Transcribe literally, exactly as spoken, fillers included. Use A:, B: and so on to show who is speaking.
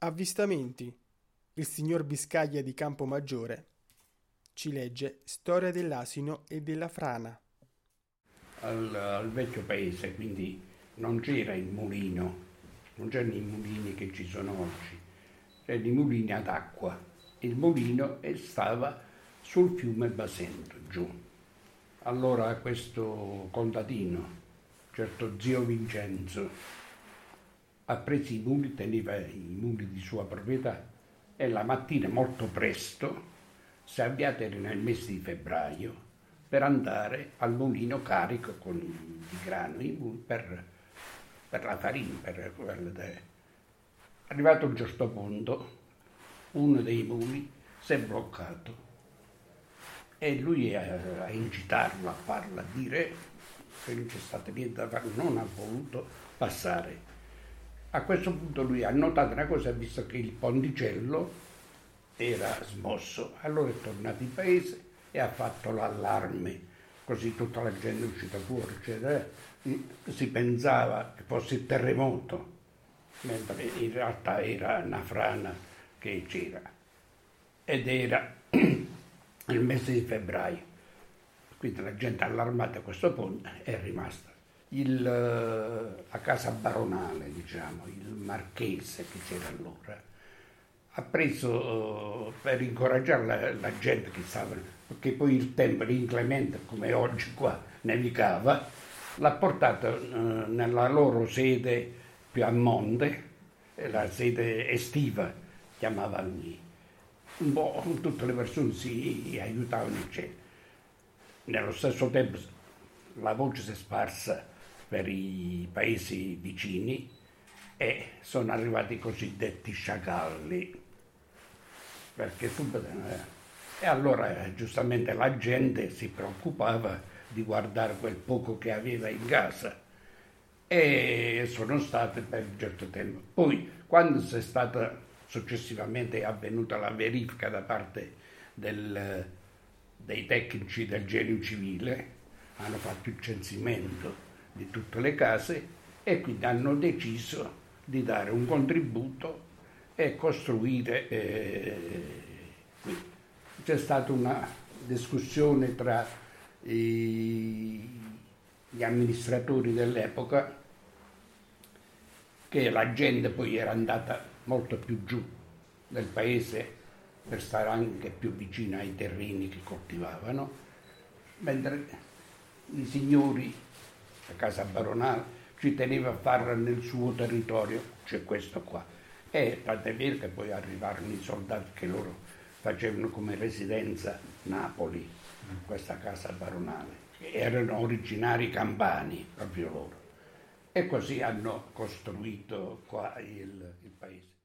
A: Avvistamenti. Il signor Biscaglia di Campomaggiore ci legge Storia dell'asino e della frana.
B: Al, al vecchio paese, quindi non c'era il mulino, non c'erano i mulini che ci sono oggi, c'erano i mulini ad acqua. Il mulino stava sul fiume Basento, giù. Allora questo contadino, certo zio Vincenzo, ha preso i muli, teneva i muli di sua proprietà e la mattina molto presto si è avviato nel mese di febbraio per andare al mulino carico con i grani per, per la farina. Per quelle de... Arrivato a un certo punto, uno dei muli si è bloccato e lui a, a incitarlo, a farlo, a dire che non c'è stato niente da fare, non ha voluto passare. A questo punto lui ha notato una cosa, ha visto che il ponticello era smosso, allora è tornato in paese e ha fatto l'allarme, così tutta la gente è uscita fuori, eccetera. Si pensava che fosse il terremoto, mentre in realtà era una frana che c'era, ed era il mese di febbraio, quindi la gente allarmata a questo punto è rimasta. Il, la casa baronale, diciamo, il marchese che c'era allora, ha preso, per incoraggiare la, la gente che stava, perché poi il tempo inclemente come oggi qua nevicava, l'ha portato eh, nella loro sede più a monte, la sede estiva, chiamavano lì. Un po' tutte le persone si aiutavano, eccetera. Nello stesso tempo la voce si è sparsa per i paesi vicini e sono arrivati i cosiddetti sciacalli, perché subito, eh, e allora eh, giustamente la gente si preoccupava di guardare quel poco che aveva in casa e sono state per un certo tempo. Poi quando è stata successivamente avvenuta la verifica da parte del, dei tecnici del genio civile, hanno fatto il censimento di tutte le case e quindi hanno deciso di dare un contributo e costruire eh, qui. C'è stata una discussione tra i, gli amministratori dell'epoca, che la gente poi era andata molto più giù nel paese per stare anche più vicino ai terreni che coltivavano, mentre i signori, la casa baronale, ci teneva a fare nel suo territorio, c'è questo qua. E tant'è vero che poi arrivarono i soldati che loro facevano come residenza Napoli, questa casa baronale, che erano originari campani, proprio loro. E così hanno costruito qua il, il paese.